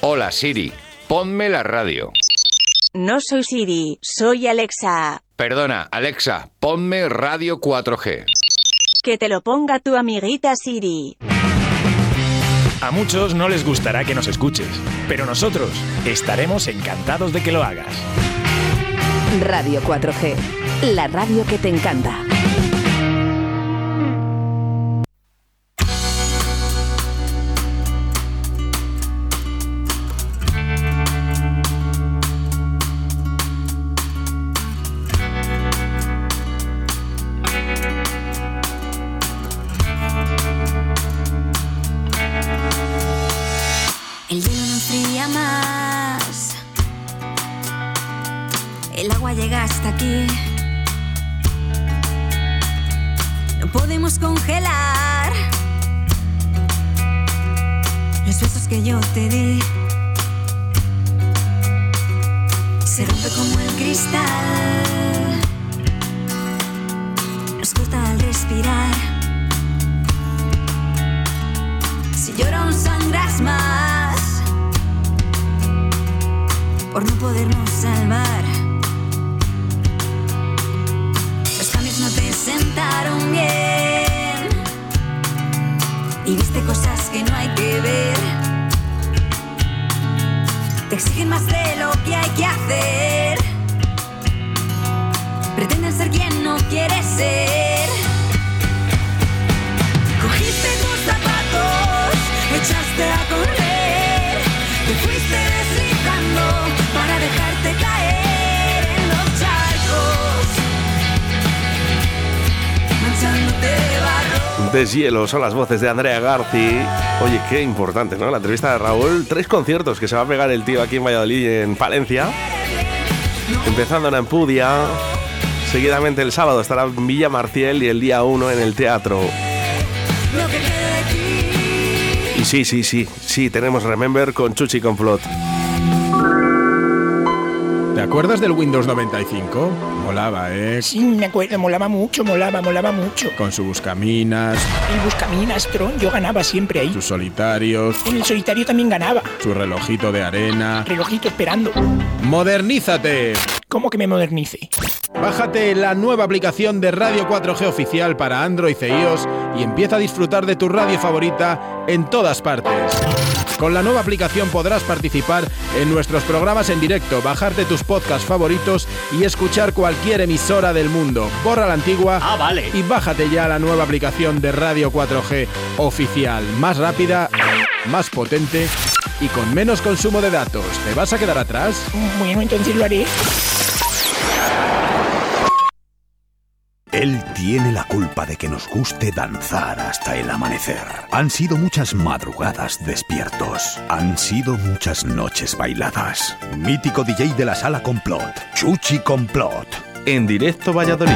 Hola Siri, ponme la radio. No soy Siri, soy Alexa. Perdona, Alexa, ponme Radio 4G. Que te lo ponga tu amiguita Siri. A muchos no les gustará que nos escuches, pero nosotros estaremos encantados de que lo hagas. Radio 4G, la radio que te encanta. El hielo no enfría más. El agua llega hasta aquí. No podemos congelar los besos que yo te di. Se rompe como el cristal. Nos corta al respirar. Si lloro aún sangras más por no podernos salvar. Los cambios no te sentaron bien y viste cosas que no hay que ver. Te exigen más de lo que hay que hacer. Pretenden ser quien no quieres ser. Cogiste tus zapatos, echaste a correr, te fuiste deslizando para dejarte caer en los charcos, manchándote de barro. Deshielo, son las voces de Andrea Garci. Oye, qué importante, ¿no? La entrevista de Raúl. 3 conciertos que se va a pegar el tío aquí en Valladolid y en Palencia. Empezando en Ampudia. Seguidamente el sábado estará en Villa Marciel y el día 1 en el teatro. Y sí, tenemos Remember con Chuchi Complot. ¿Te acuerdas del Windows 95? Molaba, ¿eh? Sí, me acuerdo, molaba mucho. Con su buscaminas, El buscaminas, Tron, yo ganaba siempre ahí. sus solitarios, En el solitario también ganaba. su relojito de arena. Relojito esperando. ¡Modernízate! ¿Cómo que me modernice? Bájate la nueva aplicación de Radio 4G oficial para Android e iOS y empieza a disfrutar de tu radio favorita en todas partes. Con la nueva aplicación podrás participar en nuestros programas en directo, bajarte tus podcasts favoritos y escuchar cualquier emisora del mundo. Borra la antigua vale. y bájate ya la nueva aplicación de Radio 4G oficial. Más rápida, más potente y con menos consumo de datos. ¿Te vas a quedar atrás? Bueno, entonces lo haré. Él tiene la culpa de que nos guste danzar hasta el amanecer. Han sido muchas madrugadas despiertos. Han sido muchas noches bailadas. Mítico DJ de la Sala Complot, Chuchi Complot. En directo Valladolid.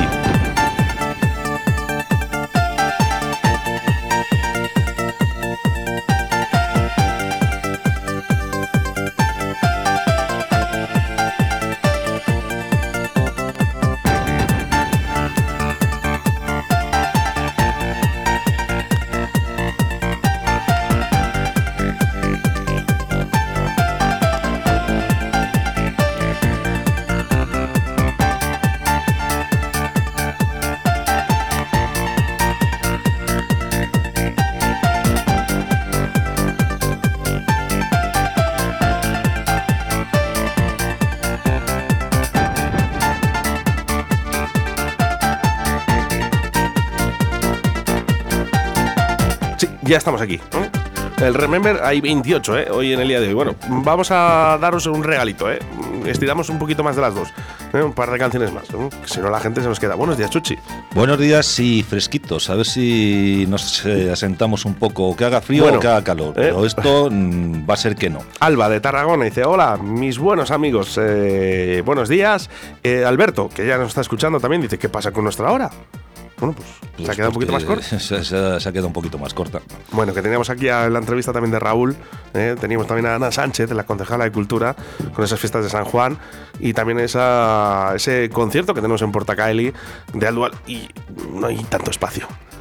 Ya estamos aquí, ¿eh? El Remember hay 28, hoy en el día de hoy. Bueno, vamos a daros un regalito, estiramos un poquito más de las 2, un par de canciones más, que si no la gente se nos queda. Buenos días, Chuchi. Buenos días y fresquitos, a ver si nos asentamos un poco, que haga frío o que haga calor, pero esto va a ser que no. Alba de Tarragona dice: hola, mis buenos amigos, buenos días. Alberto, que ya nos está escuchando también, dice: ¿qué pasa con nuestra hora? Bueno, pues se ha quedado un poquito más corta. Se ha quedado un poquito más corta. Bueno, que teníamos aquí a la entrevista también de Raúl, teníamos también a Ana Sánchez, la concejala de Cultura, con esas fiestas de San Juan, y también ese concierto que tenemos en Portacaeli de Aldual, y no hay tanto espacio.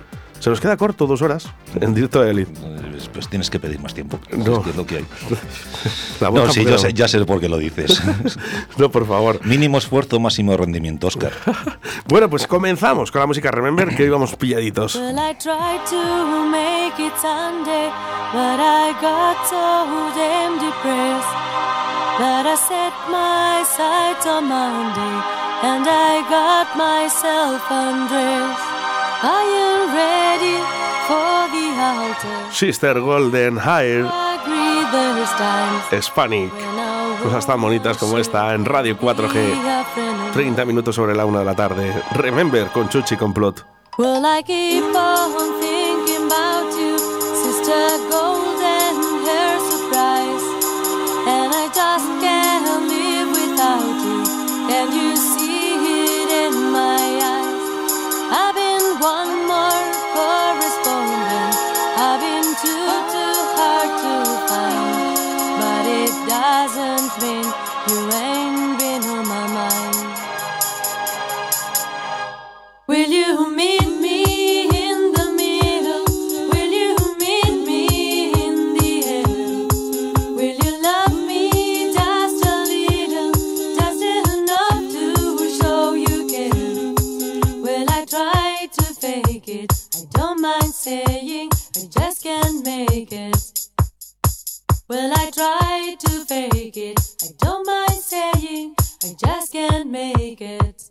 Se nos queda corto 2 horas en directo de Elite. Pues tienes que pedir más tiempo. No. Es que es lo que hay. No, sí, ya sé por qué lo dices. No, por favor. Mínimo esfuerzo, máximo rendimiento, Óscar. Bueno, pues comenzamos con la música Remember, que hoy vamos pilladitos. Well, I tried to make it Sunday, but I got so damn depressed that I set my sights on Monday and I got myself undressed. Are you ready for the altar? Sister Golden Hair, Agree there's times Hispanic. Cosas tan bonitas como esta en Radio 4G. 30 minutos sobre la 1 de la tarde. Remember con Chuchi Complot. Well, I keep on thinking about you, Sister Golden Hair Surprise, and I just can't live without you. Can you see it in my eyes? I've been one more correspondent, I've been too hard to find, but it doesn't mean you ain't been on my mind. Will you meet me in the middle? Will you meet me in the air? Will you love me just a little, just enough to show you care? Well, I try to fake it, I don't mind saying I just can't make it. Well, I try to fake it, I don't mind saying I just can't make it.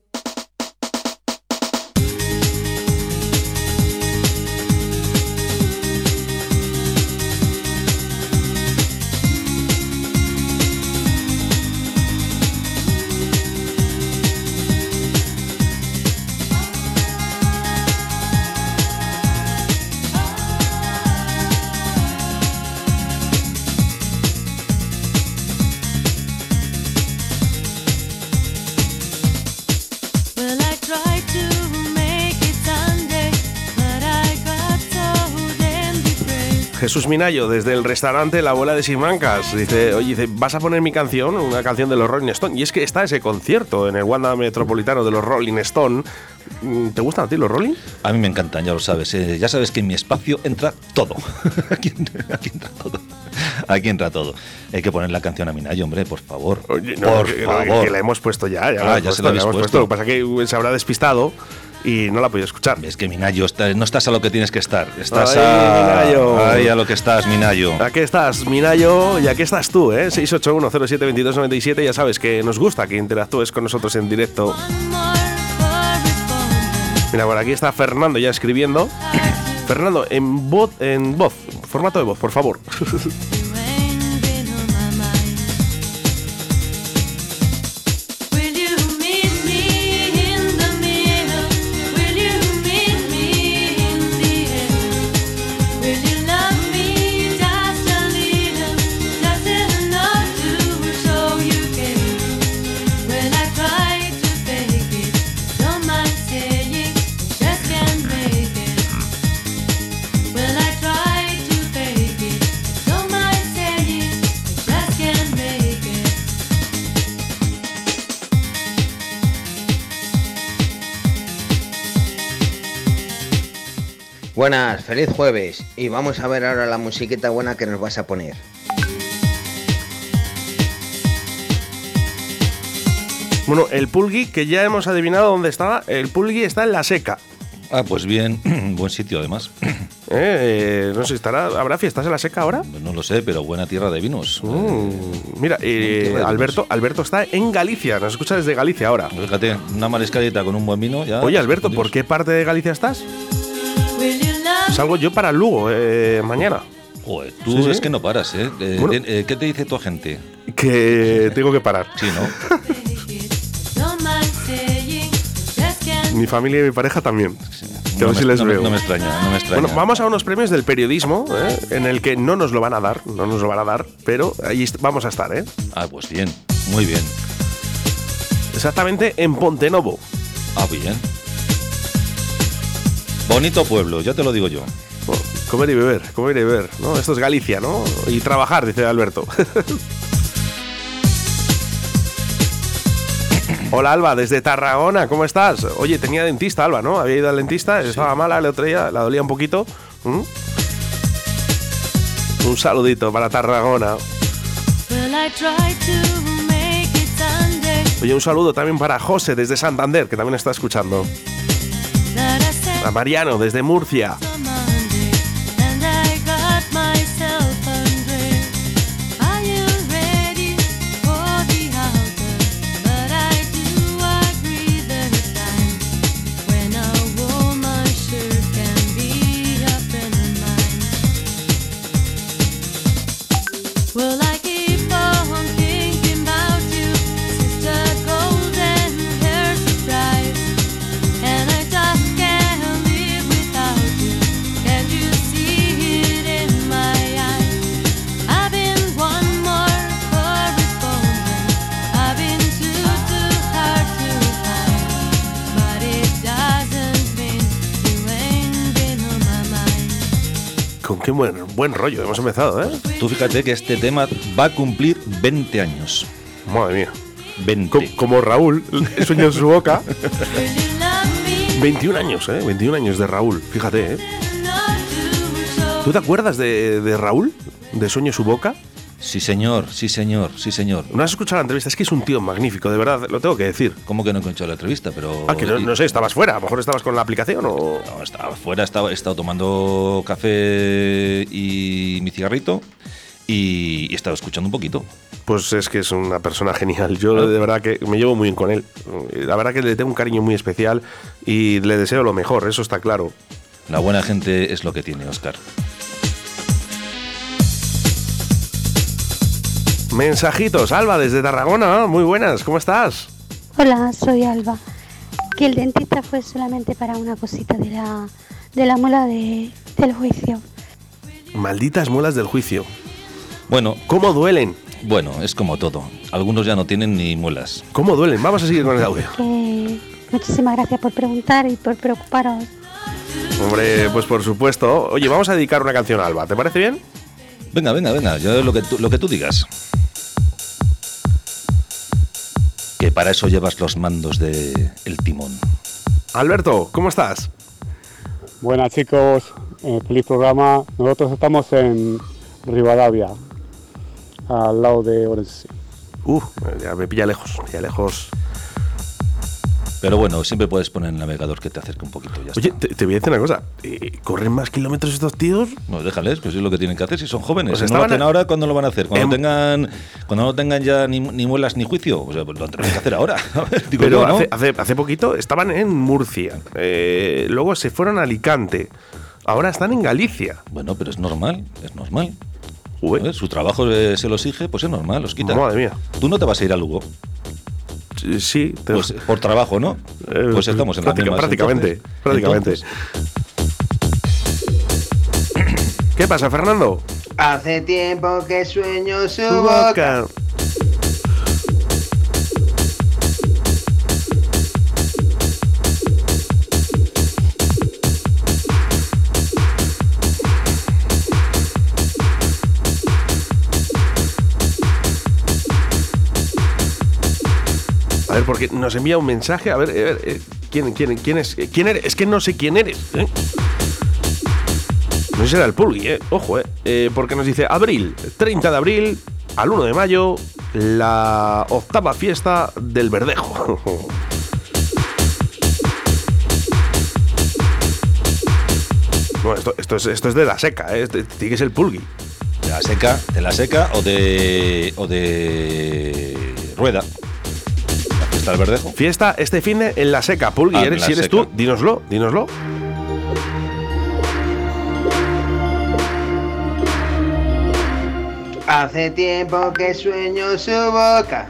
Jesús Minayo, desde el restaurante La Abuela de Simancas, dice, oye, ¿vas a poner mi canción? Una canción de los Rolling Stone. Y es que está ese concierto en el Wanda Metropolitano de los Rolling Stone. ¿Te gustan a ti los Rolling? A mí me encantan, ya lo sabes. Ya sabes que en mi espacio entra todo. Aquí entra todo. Aquí entra todo. Hay que poner la canción a Minayo, hombre, por favor. Oye, no, por favor. Que la hemos puesto ya. Ya se la habéis puesto. Lo que pasa es que se habrá despistado y no la ha podido escuchar. Es que Minayo, no estás a lo que tienes que estar. Estás Minayo. Ahí a lo que estás, Minayo. Aquí estás, Minayo, y aquí estás tú, 681072297. Ya sabes que nos gusta que interactúes con nosotros en directo. Mira, por aquí está Fernando ya escribiendo. Fernando, en voz, formato de voz, por favor. Buenas, feliz jueves y vamos a ver ahora la musiquita buena que nos vas a poner. Bueno, el Pulgui, que ya hemos adivinado dónde estaba, el Pulgui está en La Seca. Ah, pues bien, buen sitio además. No sé, ¿habrá fiestas en La Seca ahora? No lo sé, pero buena tierra de vinos. Mira, Alberto está en Galicia, nos escucha desde Galicia ahora. Fíjate, una mariscadita con un buen vino ya. Oye, Alberto, ¿por qué parte de Galicia estás? Salgo yo para Lugo mañana. Joder, tú sí, es sí. que no paras, ¿eh? Bueno. ¿Qué te dice tu agente? Que tengo que parar. Sí, ¿no? Mi familia y mi pareja también. No me extraña. Bueno, vamos a unos premios del periodismo, en el que no nos lo van a dar, pero ahí vamos a estar, Ah, pues bien, muy bien. Exactamente en Pontenovo. Ah, bien. Bonito pueblo, ya te lo digo yo. Oh, comer y beber, ¿no? Esto es Galicia, ¿no? Y trabajar, dice Alberto. Hola Alba, desde Tarragona, ¿cómo estás? Oye, tenía dentista Alba, ¿no? Había ido al dentista, estaba mala el otro día, la dolía un poquito. Un saludito para Tarragona. Oye, un saludo también para José desde Santander, que también está escuchando. A Mariano desde Murcia. Qué buen rollo hemos empezado, ¿eh? Tú fíjate que este tema va a cumplir 20 años. Madre mía. 20. Como Raúl, el sueño en su boca. 21 años, ¿eh? 21 años de Raúl, fíjate, ¿eh? ¿Tú te acuerdas de Raúl? ¿De Sueño en su boca? Sí, señor, sí, señor, sí, señor. ¿No has escuchado la entrevista? Es que es un tío magnífico, de verdad, lo tengo que decir. ¿Cómo que no he escuchado la entrevista? Pero... Ah, que no sé, estabas fuera, a lo mejor estabas con la aplicación o... No, estaba fuera, he estado tomando café y mi cigarrito y he estado escuchando un poquito. Pues es que es una persona genial, yo de verdad que me llevo muy bien con él. La verdad que le tengo un cariño muy especial y le deseo lo mejor, eso está claro. La buena gente es lo que tiene, Óscar. Mensajitos, Alba desde Tarragona, muy buenas, ¿cómo estás? Hola, soy Alba. Que el dentista fue solamente para una cosita de la muela del juicio. Malditas muelas del juicio. Bueno, ¿cómo duelen? Bueno, es como todo. Algunos ya no tienen ni muelas. ¿Cómo duelen? Vamos a seguir con el audio. Muchísimas gracias por preguntar y por preocuparos. Hombre, pues por supuesto. Oye, vamos a dedicar una canción a Alba, ¿te parece bien? Venga, yo lo que tú digas. Que para eso llevas los mandos del timón. Alberto, ¿cómo estás? Buenas chicos, feliz programa. Nosotros estamos en Rivadavia, al lado de Orense. Ya me pilla lejos. Pero bueno, siempre puedes poner en el navegador que te acerque un poquito. Ya Oye, está. te voy a decir una cosa. ¿Corren más kilómetros estos tíos? No, déjales, pues es lo que tienen que hacer si son jóvenes. Pues si no lo hacen ahora, ¿cuándo lo van a hacer? Cuando no tengan ya ni muelas ni juicio. O sea, pues lo tendrán que hacer ahora. Digo, pero ¿no? hace poquito estaban en Murcia. Luego se fueron a Alicante. Ahora están en Galicia. Bueno, pero es normal. Su trabajo se lo exige, pues es normal, los quita. Madre mía. Tú no te vas a ir a Lugo. Sí. Pues por trabajo, ¿no? Pues estamos en la misma. Prácticamente. ¿Qué pasa, Fernando? Hace tiempo que sueño su boca. A ver, porque nos envía un mensaje. A ver, ¿quién es? ¿Quién eres? Es que no sé quién eres, ¿eh? No sé si era el Pulgui, ojo, porque nos dice abril, 30 de abril al 1 de mayo, la 8ª fiesta del Verdejo. Bueno, esto es de la seca, tiene que ser el Pulgui. ¿De la seca o de Rueda? ¿La fiesta del Verdejo? Fiesta este fin de en la seca, Pulgui. Si eres tú, dínoslo. Hace tiempo que sueño su boca.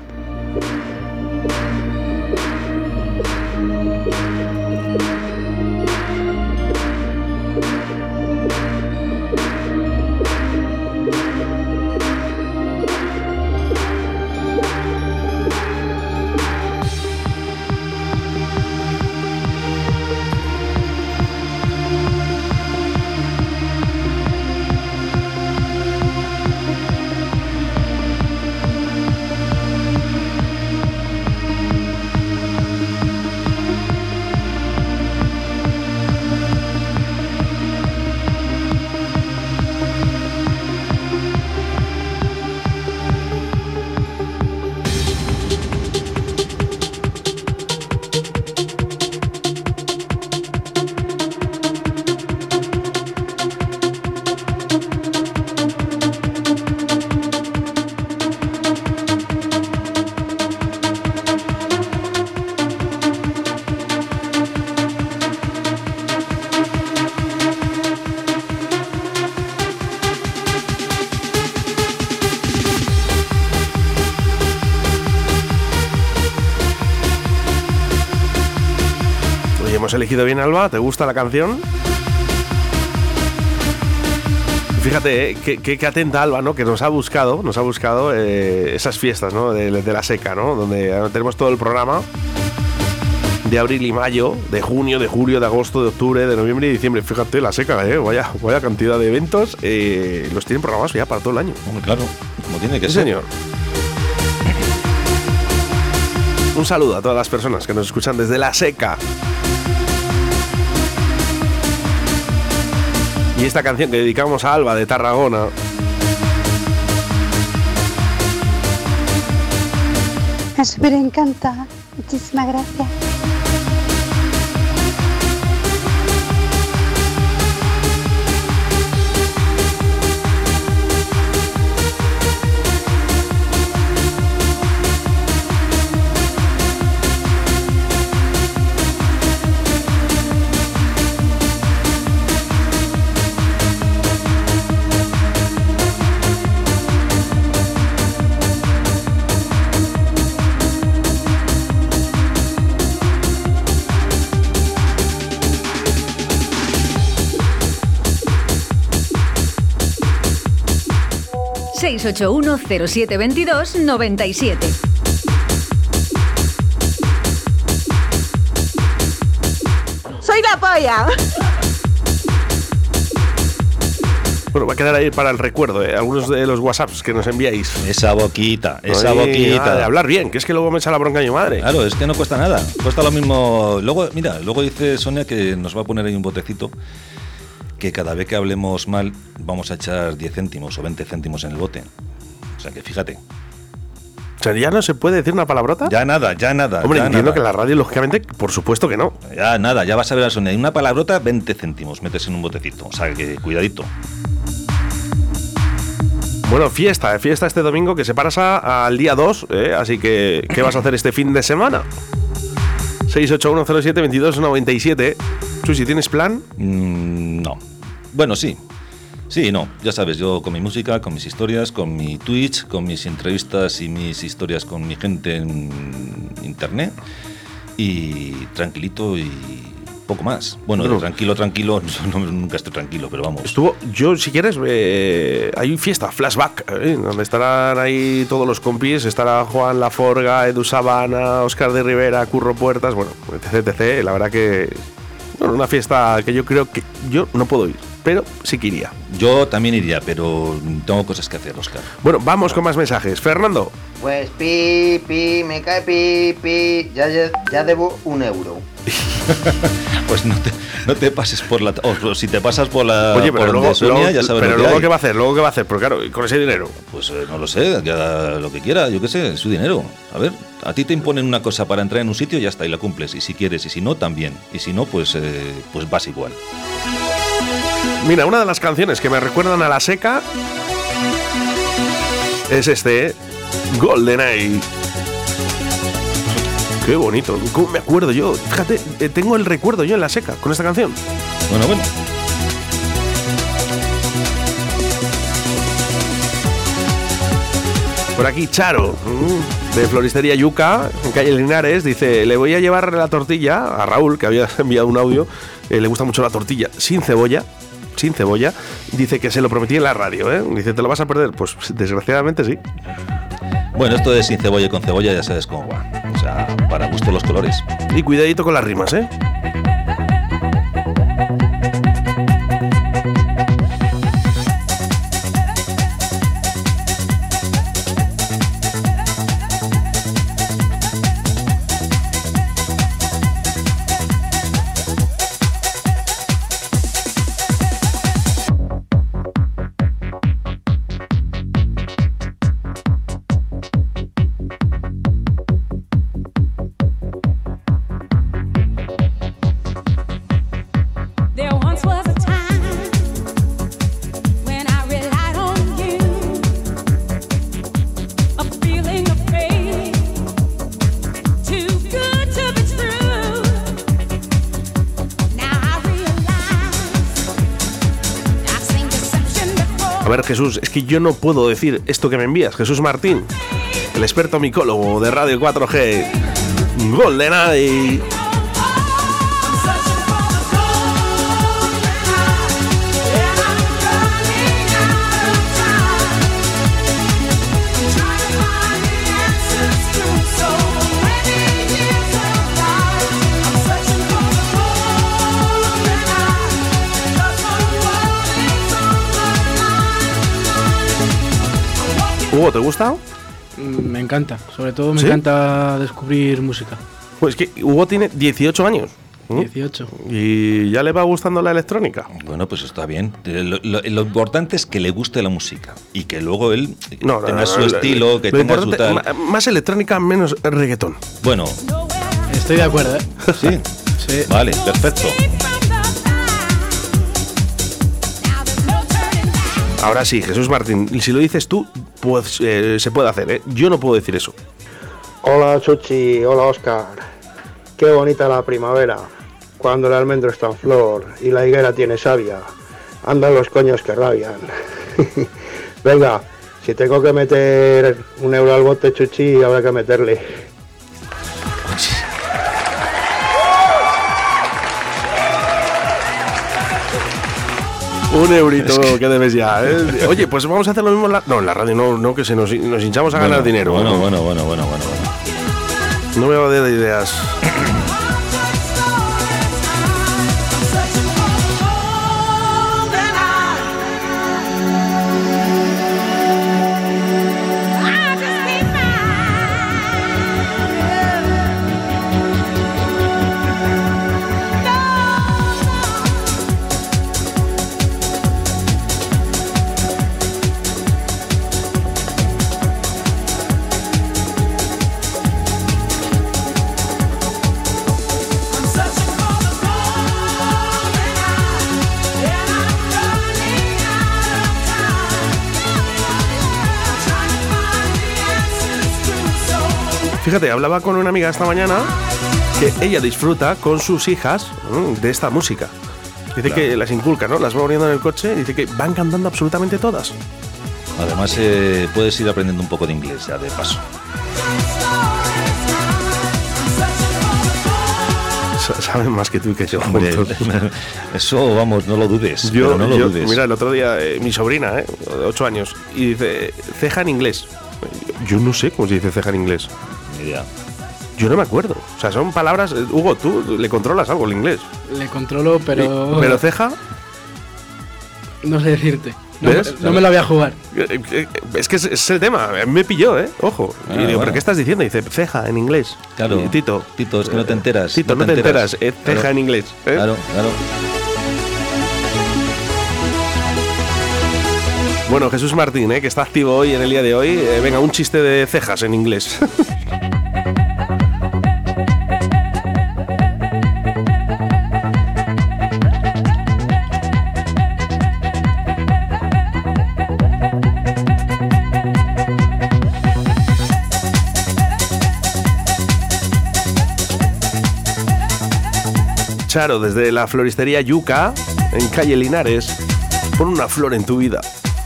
hemos elegido bien, Alba. ¿Te gusta la canción? Fíjate, qué atenta Alba, ¿no? Que nos ha buscado esas fiestas, ¿no? De la seca, ¿no? Donde tenemos todo el programa de abril y mayo, de junio, de julio, de agosto, de octubre, de noviembre y diciembre. Fíjate, la seca, vaya cantidad de eventos. Los tienen programados ya para todo el año. Hombre, claro, como tiene que Sí, ser. señor. Un saludo a todas las personas que nos escuchan desde la seca. Y esta canción que dedicamos a Alba de Tarragona. Me súper encanta. Muchísimas gracias. ...681-0722-97. ¡Soy la polla! Bueno, va a quedar ahí para el recuerdo, algunos de los WhatsApps que nos enviáis. Esa boquita. De hablar bien, que es que luego me echa la bronca mi madre. Claro, es que no cuesta nada. Cuesta lo mismo. Luego dice Sonia que nos va a poner ahí un botecito, que cada vez que hablemos mal vamos a echar 10 céntimos o 20 céntimos en el bote. O sea que fíjate. O sea, ¿ya no se puede decir una palabrota? Ya nada. Hombre, ya entiendo nada. que en la radio, lógicamente, por supuesto que no. Ya nada, ya vas a ver a Sonia. Y una palabrota, 20 céntimos metes en un botecito. O sea que cuidadito. Bueno, fiesta este domingo que se pasa al día 2, así que ¿qué vas a hacer este fin de semana? 681072297. Chusi, ¿tienes plan? No. Bueno, sí. Sí, no, ya sabes, yo con mi música, con mis historias, con mi Twitch, con mis entrevistas y mis historias con mi gente en internet, y tranquilito y poco más. Bueno, tranquilo, nunca estoy tranquilo, pero vamos. Yo, si quieres, hay fiesta, flashback, donde estarán ahí todos los compis, estará Juan Laforga, Edu Sabana, Óscar de Rivera, Curro Puertas, bueno, etc. La verdad que, bueno, una fiesta que yo creo que yo no puedo ir, pero sí que iría. Yo también iría, pero tengo cosas que hacer, Óscar. Bueno, vamos con más mensajes. Fernando. Pues me cae ya debo 1 euro. Pues no te pases por la... O si te pasas por la... Oye, pero por luego, Sonia, ya sabes pero lo que luego hay. ¿qué va a hacer? Porque claro, con ese dinero. Pues no lo sé, que haga lo que quiera, yo qué sé, es su dinero. A ver, a ti te imponen una cosa para entrar en un sitio y ya está, y la cumples. Y si quieres, y si no, también. Y si no, pues vas igual. Mira, una de las canciones que me recuerdan a la seca es GoldenEye. Qué bonito, ¿cómo me acuerdo yo? Fíjate, tengo el recuerdo yo en la seca con esta canción. Bueno. Por aquí Charo, de Floristería Yuca, en calle Linares, dice: le voy a llevar la tortilla a Raúl, que había enviado un audio, le gusta mucho la tortilla sin cebolla, dice que se lo prometí en la radio, dice: ¿te lo vas a perder? Pues desgraciadamente sí. Bueno, esto de sin cebolla y con cebolla ya sabes cómo va. O sea, para gusto los colores. Y cuidadito con las rimas, A ver, Jesús, es que yo no puedo decir esto que me envías. Jesús Martín, el experto micólogo de Radio 4G. GoldenEye. Hugo, ¿te gusta? Me encanta, sobre todo me ¿Sí? encanta descubrir música. Pues que Hugo tiene 18 años. 18. ¿Y ya le va gustando la electrónica? Bueno, pues está bien. Lo importante es que le guste la música y que luego él tenga su estilo, que lo tenga su importante, tal. Más electrónica, menos reggaetón. Bueno. Estoy de acuerdo, ¿eh? Sí. Sí. Vale, perfecto. Ahora sí, Jesús Martín, si lo dices tú, pues se puede hacer, ¿eh? Yo no puedo decir eso. Hola Chuchi, hola Oscar. Qué bonita la primavera, cuando el almendro está en flor y la higuera tiene savia. Andan los coños que rabian. Venga, si tengo que meter €1 al bote, Chuchi, habrá que meterle. Un eurito que debes ya, ¿eh? Oye, pues vamos a hacer lo mismo en la... No, en la radio no, que nos hinchamos a ganar dinero. Bueno. No me va a dar ideas. Fíjate, hablaba con una amiga esta mañana que ella disfruta con sus hijas de esta música. Dice que las inculca, ¿no? Las va poniendo en el coche y dice que van cantando absolutamente todas. Además, puedes ir aprendiendo un poco de inglés ya de paso. Saben más que tú y que yo. Hombre, eso, vamos, no lo dudes. Pero no lo dudes. Mira, el otro día mi sobrina, de 8 años, y dice ceja en inglés. Yo no sé cómo se dice ceja en inglés. Ni idea. Yo no me acuerdo. O sea, son palabras... Hugo, tú le controlas algo el inglés. Le controlo, pero... ¿Pero ceja? No sé decirte. ¿Ves? No me la voy a jugar. Es que es el tema. Me pilló, ojo. Y digo, ¿pero qué estás diciendo? Dice ceja en inglés. Claro. Y Tito, es que no te enteras. Tito, no te enteras. Ceja en inglés. Claro. Bueno, Jesús Martín, que está activo hoy en el día de hoy. Venga, un chiste de cejas en inglés. Charo, desde la floristería Yuca, en calle Linares, pon una flor en tu vida.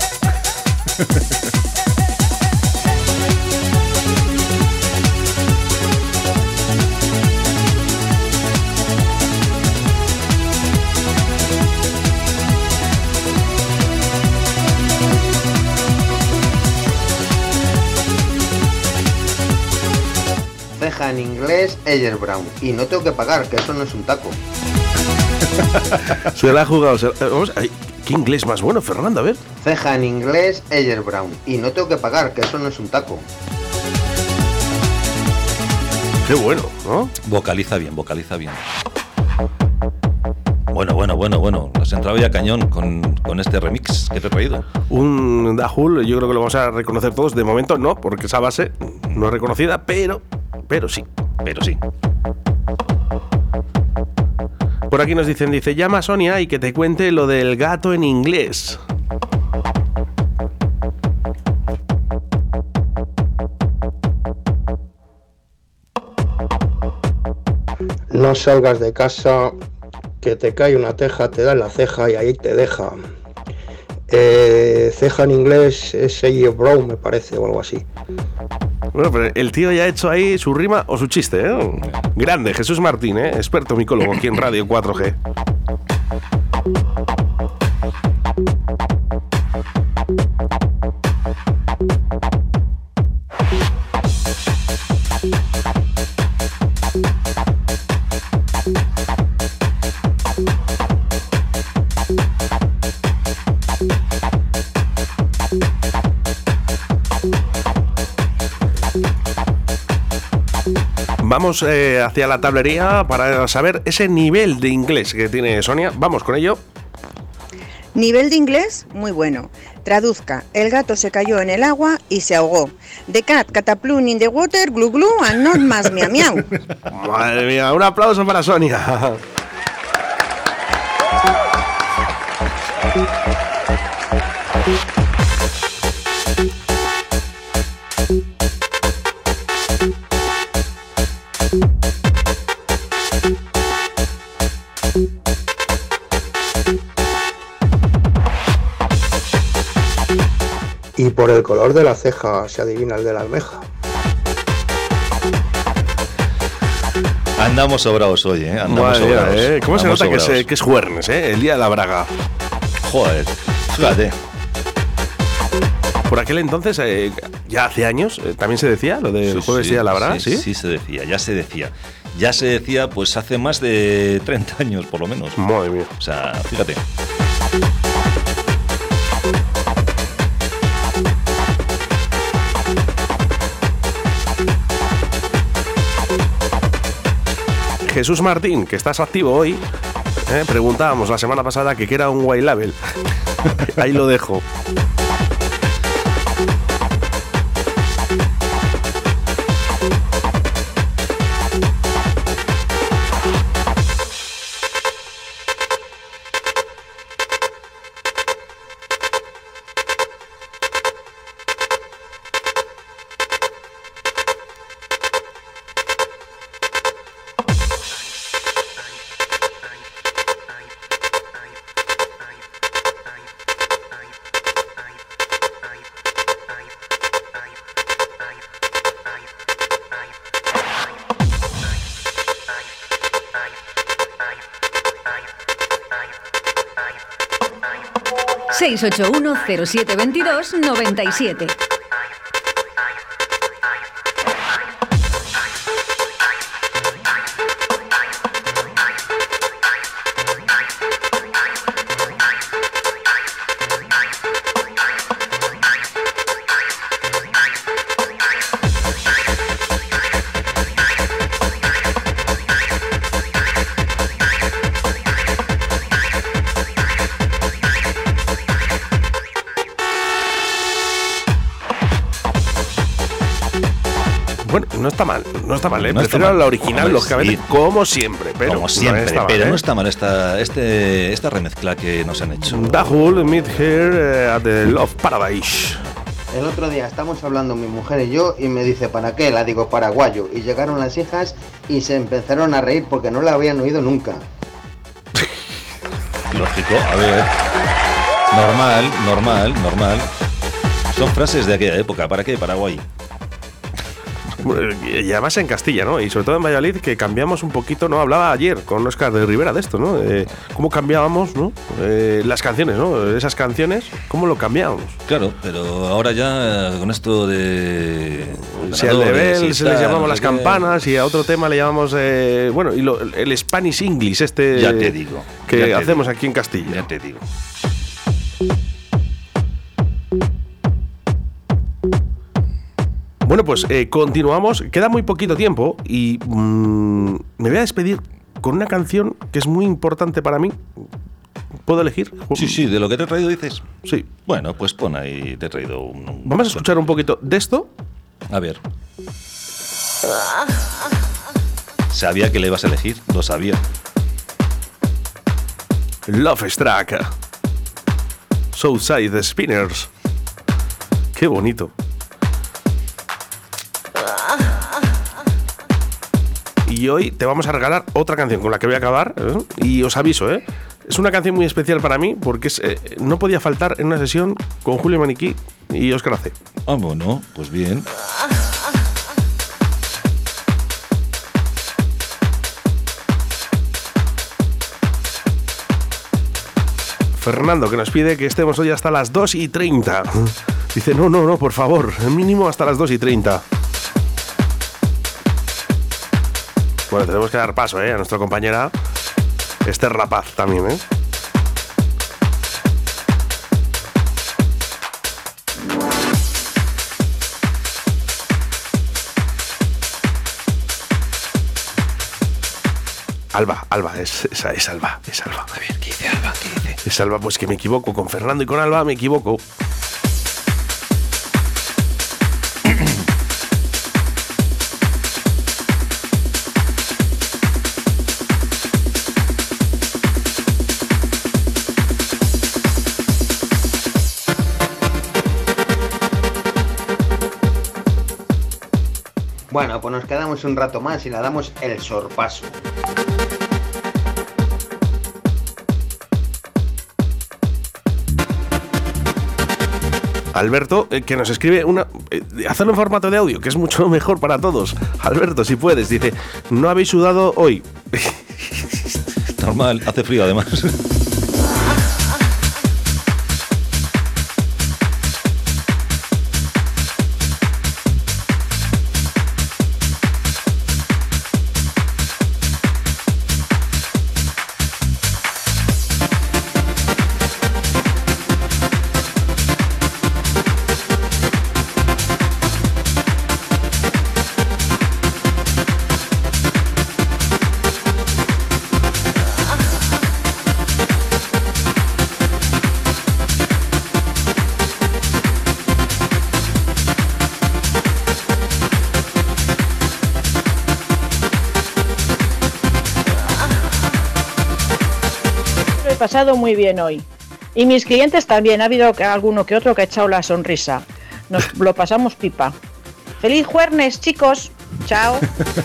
Ceja en inglés, Eyer Brown. Y no tengo que pagar, que eso no es un taco. Se la ha jugado. Vamos, ¿qué inglés más bueno, Fernando? A ver. Ceja en inglés, Eyer Brown. Y no tengo que pagar, que eso no es un taco. Qué bueno, ¿no? Vocaliza bien. Bueno. Has entrado ya cañón con este remix que te he traído. Un Dahul, yo creo que lo vamos a reconocer todos. De momento no, porque esa base no es reconocida, pero sí. Por aquí nos dice, llama a Sonia y que te cuente lo del gato en inglés. No salgas de casa, que te cae una teja, te da en la ceja y ahí te deja. Ceja en inglés es Eyer Brown, me parece, o algo así. Bueno, pero el tío ya ha hecho ahí su rima o su chiste, Grande, Jesús Martín, experto micólogo aquí en Radio 4G. Vamos hacia la tablería para saber ese nivel de inglés que tiene Sonia. Vamos con ello. Nivel de inglés, muy bueno. Traduzca, el gato se cayó en el agua y se ahogó. The cat cataplum in the water, glu glu, and not más miau miau. Madre mía, un aplauso para Sonia. Y por el color de la ceja se adivina el de la almeja. Andamos sobrados hoy, ¿eh? Andamos Madre mía, sobrados. ¿Cómo se Andamos nota sobrados. que es jueves, el día de la braga? Joder, fíjate. Por aquel entonces, ya hace años, también se decía lo del jueves día de la braga, ¿sí? Sí, se decía, ya se decía. Ya se decía, pues hace más de 30 años, por lo menos. Madre mía. O sea, fíjate. Jesús Martín, que estás activo hoy, preguntábamos la semana pasada que qué era un white label. Ahí lo dejo. ...681-0722-97. Bueno, no está mal, no está mal, ¿eh? No está Prefiero mal. la original, Hombre, lógicamente, sí. como siempre. Pero Como siempre, no está mal, pero ¿eh? no está mal esta remezcla que nos han hecho. Dahul meet here at the Love Paradise. El otro día estamos hablando mi mujer y yo y me dice, ¿para qué? La digo, paraguayo. Y llegaron las hijas y se empezaron a reír porque no la habían oído nunca. Lógico, a ver. Normal. Son frases de aquella época. ¿Para qué? Paraguay. Y además en Castilla, ¿no? Y sobre todo en Valladolid, que cambiamos un poquito, ¿no? Hablaba ayer con Óscar de Rivera de esto, ¿no? Cómo cambiábamos, ¿no? Las canciones, ¿no? Esas canciones, ¿cómo lo cambiábamos? Claro, pero ahora ya con esto de... Si al nivel se les tal, llamamos no las sé qué. campanas y a otro tema le llamamos, bueno, y el Spanish English Ya te digo. que ya te hacemos digo, aquí en Castilla. Ya te digo. Bueno, pues continuamos. Queda muy poquito tiempo y me voy a despedir con una canción que es muy importante para mí. ¿Puedo elegir? Sí, de lo que te he traído dices. Sí. Bueno, pues pon ahí, te he traído un... Vamos a escuchar un poquito de esto. A ver. Sabía que le ibas a elegir, lo sabía. Love Struck. Southside Spinners. Qué bonito. Y hoy te vamos a regalar otra canción con la que voy a acabar, ¿eh? Y os aviso, es una canción muy especial para mí porque no podía faltar en una sesión con Julio Maniquí y Óscar Ace. Ah, bueno, pues bien. Fernando, que nos pide que estemos hoy hasta las 2:30. Dice, no, por favor, mínimo hasta las 2:30. Bueno, tenemos que dar paso, a nuestra compañera Esther Rapaz también, Alba, es Alba. A ver, ¿qué dice Alba? Es Alba, pues que me equivoco. Con Fernando y con Alba me equivoco. Bueno, pues nos quedamos un rato más y le damos el sorpaso. Alberto, que nos escribe hacerlo en formato de audio, que es mucho mejor para todos. Alberto, si puedes, dice, no habéis sudado hoy. Normal, hace frío además. Pasado muy bien hoy. Y mis clientes también, ha habido alguno que otro que ha echado la sonrisa. Nos lo pasamos pipa. ¡Feliz jueves, chicos! ¡Chao!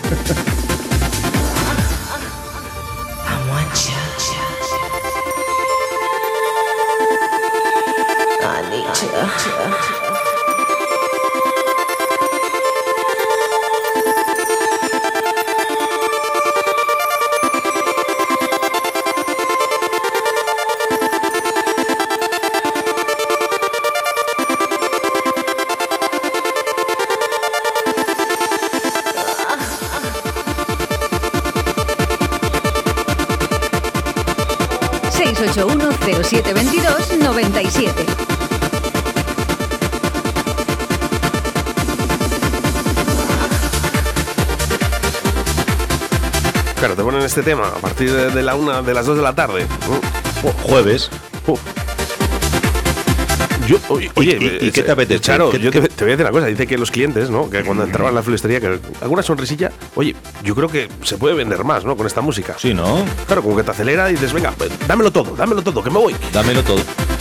...681-0722-97. Claro, te ponen este tema a partir de la 1 de las 2 de la tarde. Jueves. Oye, ¿Y qué te apetece? Charo, yo te voy a decir una cosa. Dice que los clientes, ¿no? Que cuando entraban a la floristería, que alguna sonrisilla, oye, yo creo que se puede vender más, ¿no? Con esta música. Sí, ¿no? Claro, como que te acelera y dices, venga, dámelo todo, que me voy. Dámelo todo.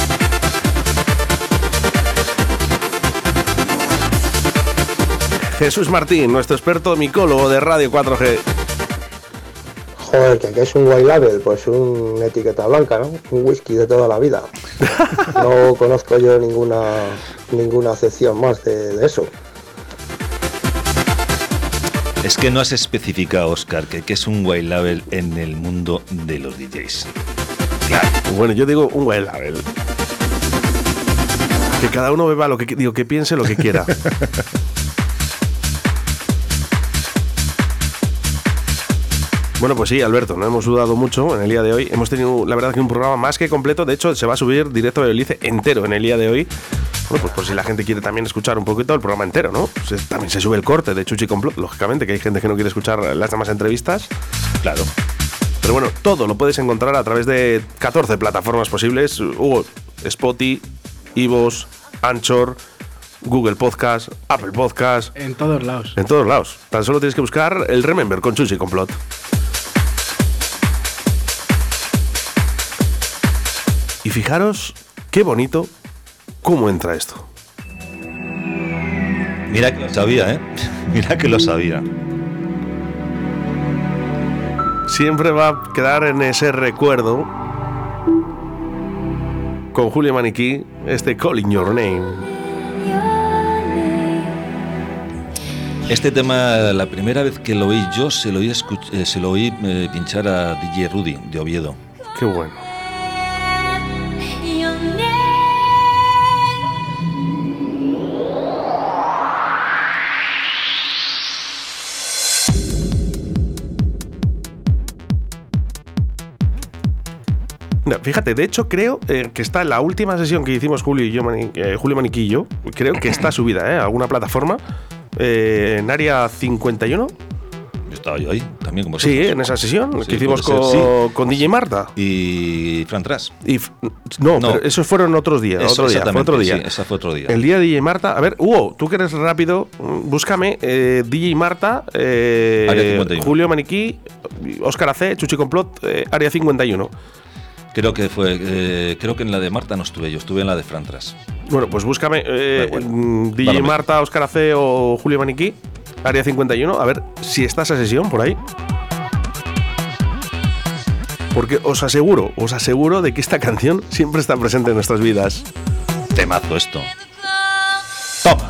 Jesús Martín, nuestro experto micólogo de Radio 4G. Joder, que es un white label, pues una etiqueta blanca, ¿no? Un whisky de toda la vida. No conozco yo ninguna acepción más de eso. Es que no has especificado, Óscar, que es un white label en el mundo de los DJs. Claro. Bueno, yo digo un white label. Que cada uno beba lo que digo, que piense lo que quiera. Bueno, pues sí, Alberto, no hemos dudado mucho en el día de hoy. Hemos tenido, la verdad, que un programa más que completo. De hecho, se va a subir directo a Belice entero en el día de hoy. Bueno, pues por si la gente quiere también escuchar un poquito el programa entero, ¿no? También se sube el corte de Chuchi Complot, lógicamente, que hay gente que no quiere escuchar las demás entrevistas. Claro. Pero bueno, todo lo puedes encontrar a través de 14 plataformas posibles. Hugo, Spotify, iVoox, Anchor, Google Podcast, Apple Podcast. En todos lados. En todos lados. Tan solo tienes que buscar el Remember con Chuchi Complot. Y fijaros qué bonito cómo entra esto. Mira que lo sabía, ¿eh? Mira que lo sabía. Siempre va a quedar en ese recuerdo con Julio Maniquí, este Calling Your Name. Este tema, la primera vez que lo oí yo, se lo oí pinchar a DJ Rudy de Oviedo. Qué bueno. No, fíjate, de hecho creo que está en la última sesión que hicimos Julio Maniquí y yo, creo que está subida a alguna plataforma en Área 51. Estaba yo ahí también con Sí, vosotros. en esa sesión Sí, que hicimos puede ser, con DJ Marta. Y Fran Tras. No, pero esos fueron otros días. Otro día, fue otro día. Sí, esa fue otro día. El día de DJ Marta. A ver, Hugo, tú que eres rápido, búscame DJ Marta, Área 51. Julio Maniquí, Óscar AC, Chuchi Complot, Área 51. Creo que en la de Marta no estuve yo, estuve en la de Fran Tras. Bueno, pues búscame DJ Vale. Marta, Óscar AC o Julio Maniquí, Área 51, a ver si está esa sesión por ahí. Porque os aseguro de que esta canción siempre está presente en nuestras vidas. Temazo esto. Toma.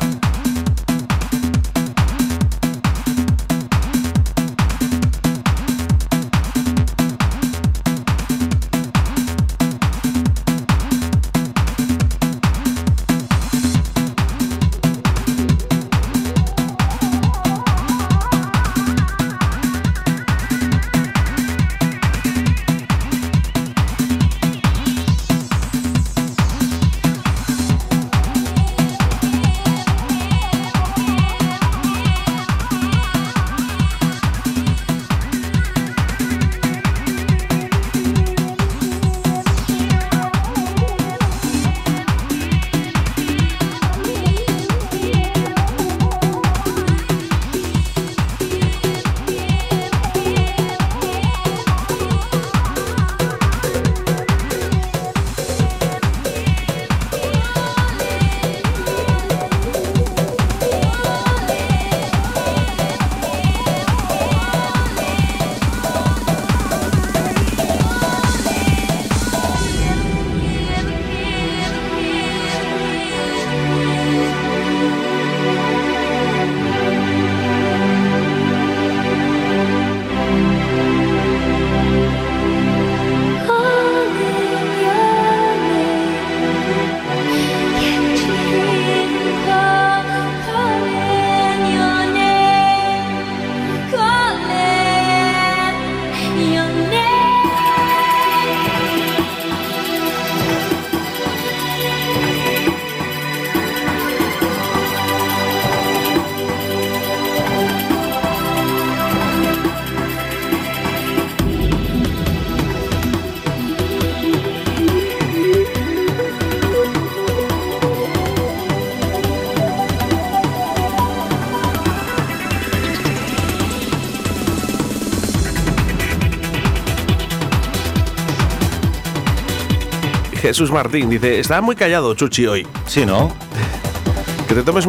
Jesús Martín dice, estaba muy callado Chuchi hoy. Sí, ¿no? Que te tomes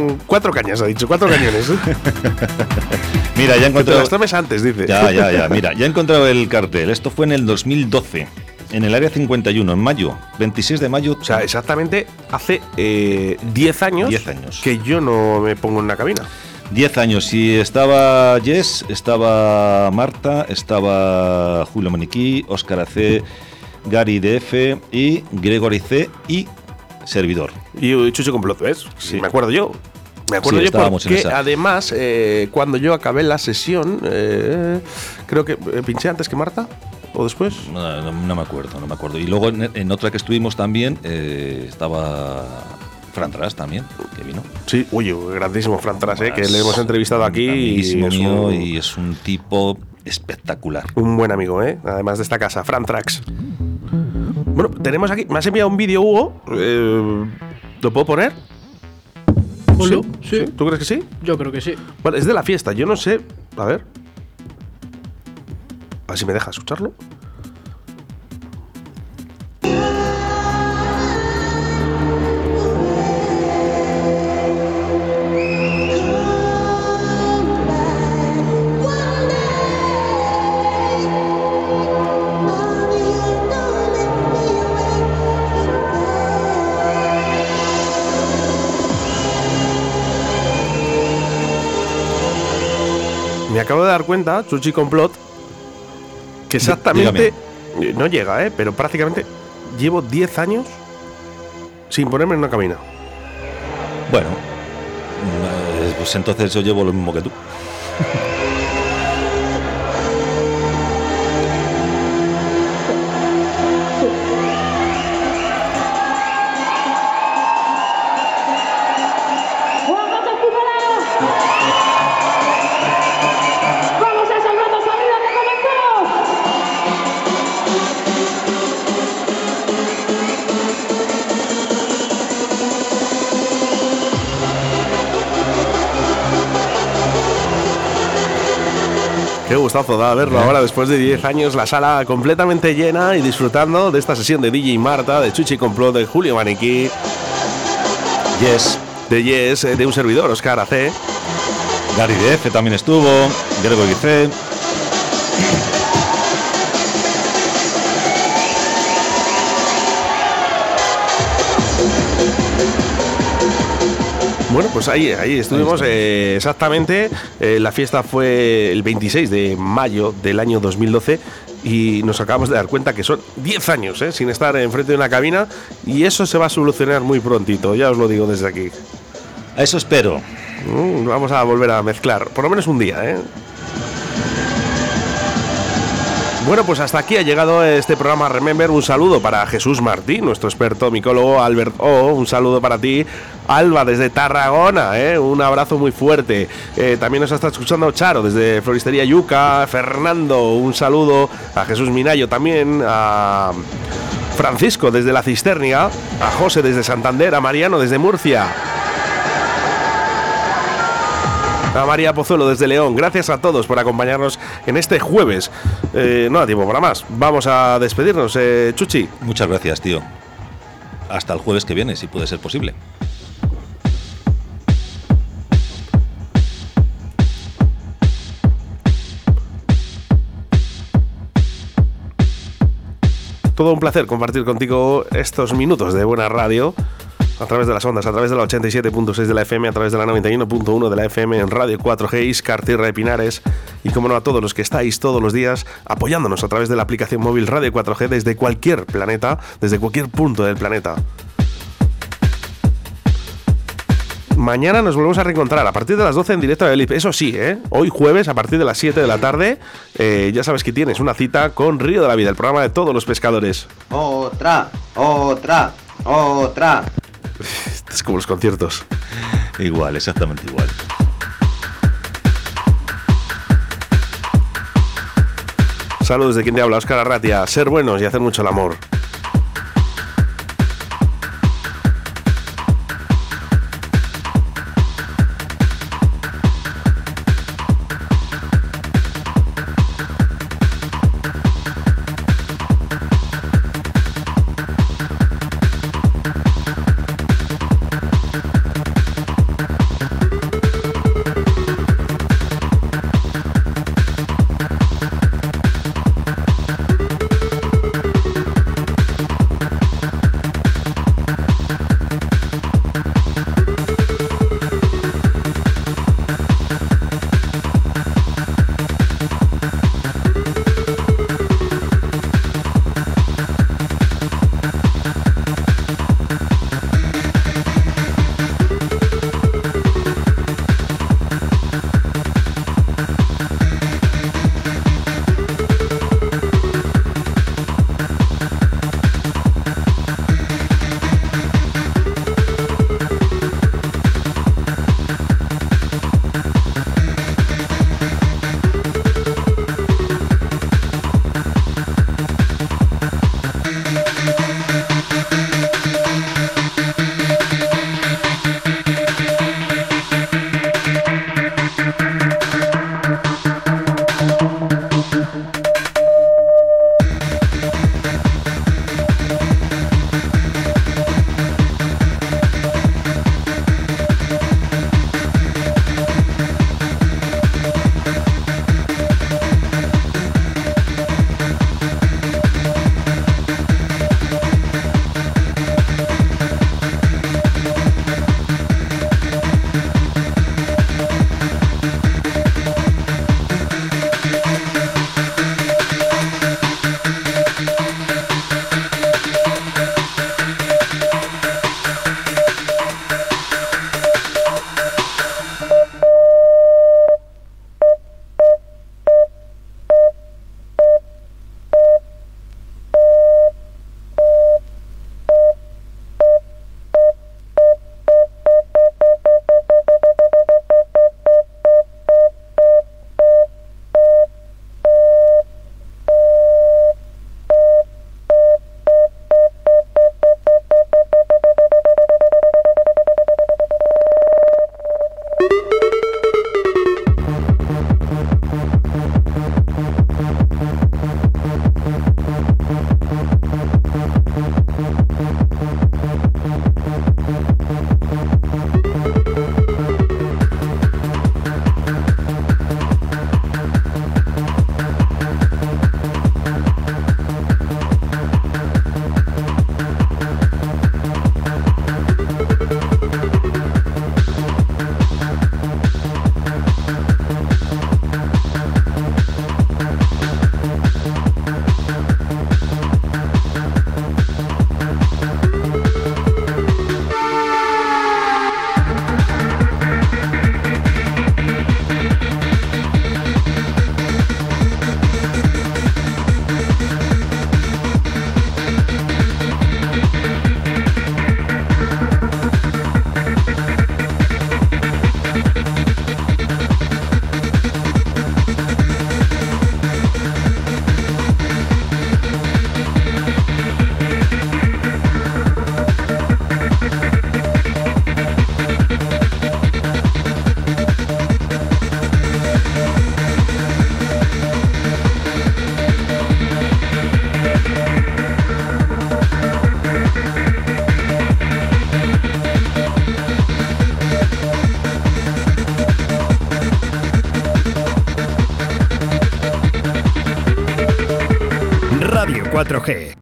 4 cañas, ha dicho, 4 cañones. Mira, ya he Que te encontrado... las tomes antes, dice. Ya. Mira, ya he encontrado el cartel. Esto fue en el 2012, en el Área 51, en mayo. 26 de mayo. O sea, exactamente hace 10 años, 10 años que yo no me pongo en una cabina. 10 años. Y estaba Jess, estaba Marta, estaba Julio Maniquí, Óscar AC, Gary DF y Gregory C y servidor. Y Chuchi Complot, ¿ves? Sí. Me acuerdo yo. Me acuerdo Sí, yo estábamos en porque esa. además, cuando yo acabé la sesión, creo que pinché antes que Marta, ¿o después? No me acuerdo. Y luego en otra que estuvimos también estaba Fran Tras también, que vino. Sí, oye, grandísimo Fran Tras, que le hemos entrevistado aquí. Amiguísimo y mío y es un tipo espectacular. Un buen amigo, además de esta casa, Fran Tras. Bueno, tenemos aquí, me has enviado un vídeo, Hugo. ¿Lo puedo poner? Sí. ¿Tú crees que sí? Yo creo que sí. Vale, es de la fiesta, yo no sé. A ver si me deja escucharlo. Me acabo de dar cuenta, Chuchi Complot, que exactamente, no llega, pero prácticamente llevo 10 años sin ponerme en una cabina. Bueno, pues entonces yo llevo lo mismo que tú. ¡Vamos! Qué gustazo da verlo ahora después de 10 años, la sala completamente llena y disfrutando de esta sesión de DJ Marta, de Chuchi Complot, de Julio Maniquí, Yes, de Yes, de un servidor, Óscar AC. Gary Def, que también estuvo, Grego Guicé. Bueno, pues ahí estuvimos exactamente. La fiesta fue el 26 de mayo del año 2012 y nos acabamos de dar cuenta que son 10 años sin estar enfrente de una cabina, y eso se va a solucionar muy prontito, ya os lo digo desde aquí. A eso espero. Vamos a volver a mezclar, por lo menos un día, Bueno, pues hasta aquí ha llegado este programa Remember. Un saludo para Jesús Martín, nuestro experto micólogo, Albert O. Un saludo para ti, Alba, desde Tarragona, un abrazo muy fuerte. También nos está escuchando Charo, desde Floristería Yuca. Fernando, un saludo. A Jesús Minayo también. A Francisco, desde La Cisternia. A José, desde Santander. A Mariano, desde Murcia. A María Pozuelo desde León. Gracias a todos por acompañarnos en este jueves. No da tiempo para más. Vamos a despedirnos, Chuchi. Muchas gracias, tío. Hasta el jueves que viene, si puede ser posible. Todo un placer compartir contigo estos minutos de buena radio. A través de las ondas, a través de la 87.6 de la FM, a través de la 91.1 de la FM en Radio 4G, Iscar, Tierra de Pinares, y como no, a todos los que estáis todos los días apoyándonos a través de la aplicación móvil Radio 4G desde cualquier planeta, desde cualquier punto del planeta. Mañana nos volvemos a reencontrar a partir de las 12 en directo de Elip. Eso sí, hoy jueves a partir de las 7 de la tarde, ya sabes que tienes una cita con Río de la Vida, el programa de todos los pescadores. Otra. Es como los conciertos. Igual, exactamente igual. Saludos de quien te habla, Óscar Arratia. Ser buenos y hacer mucho el amor. 4G.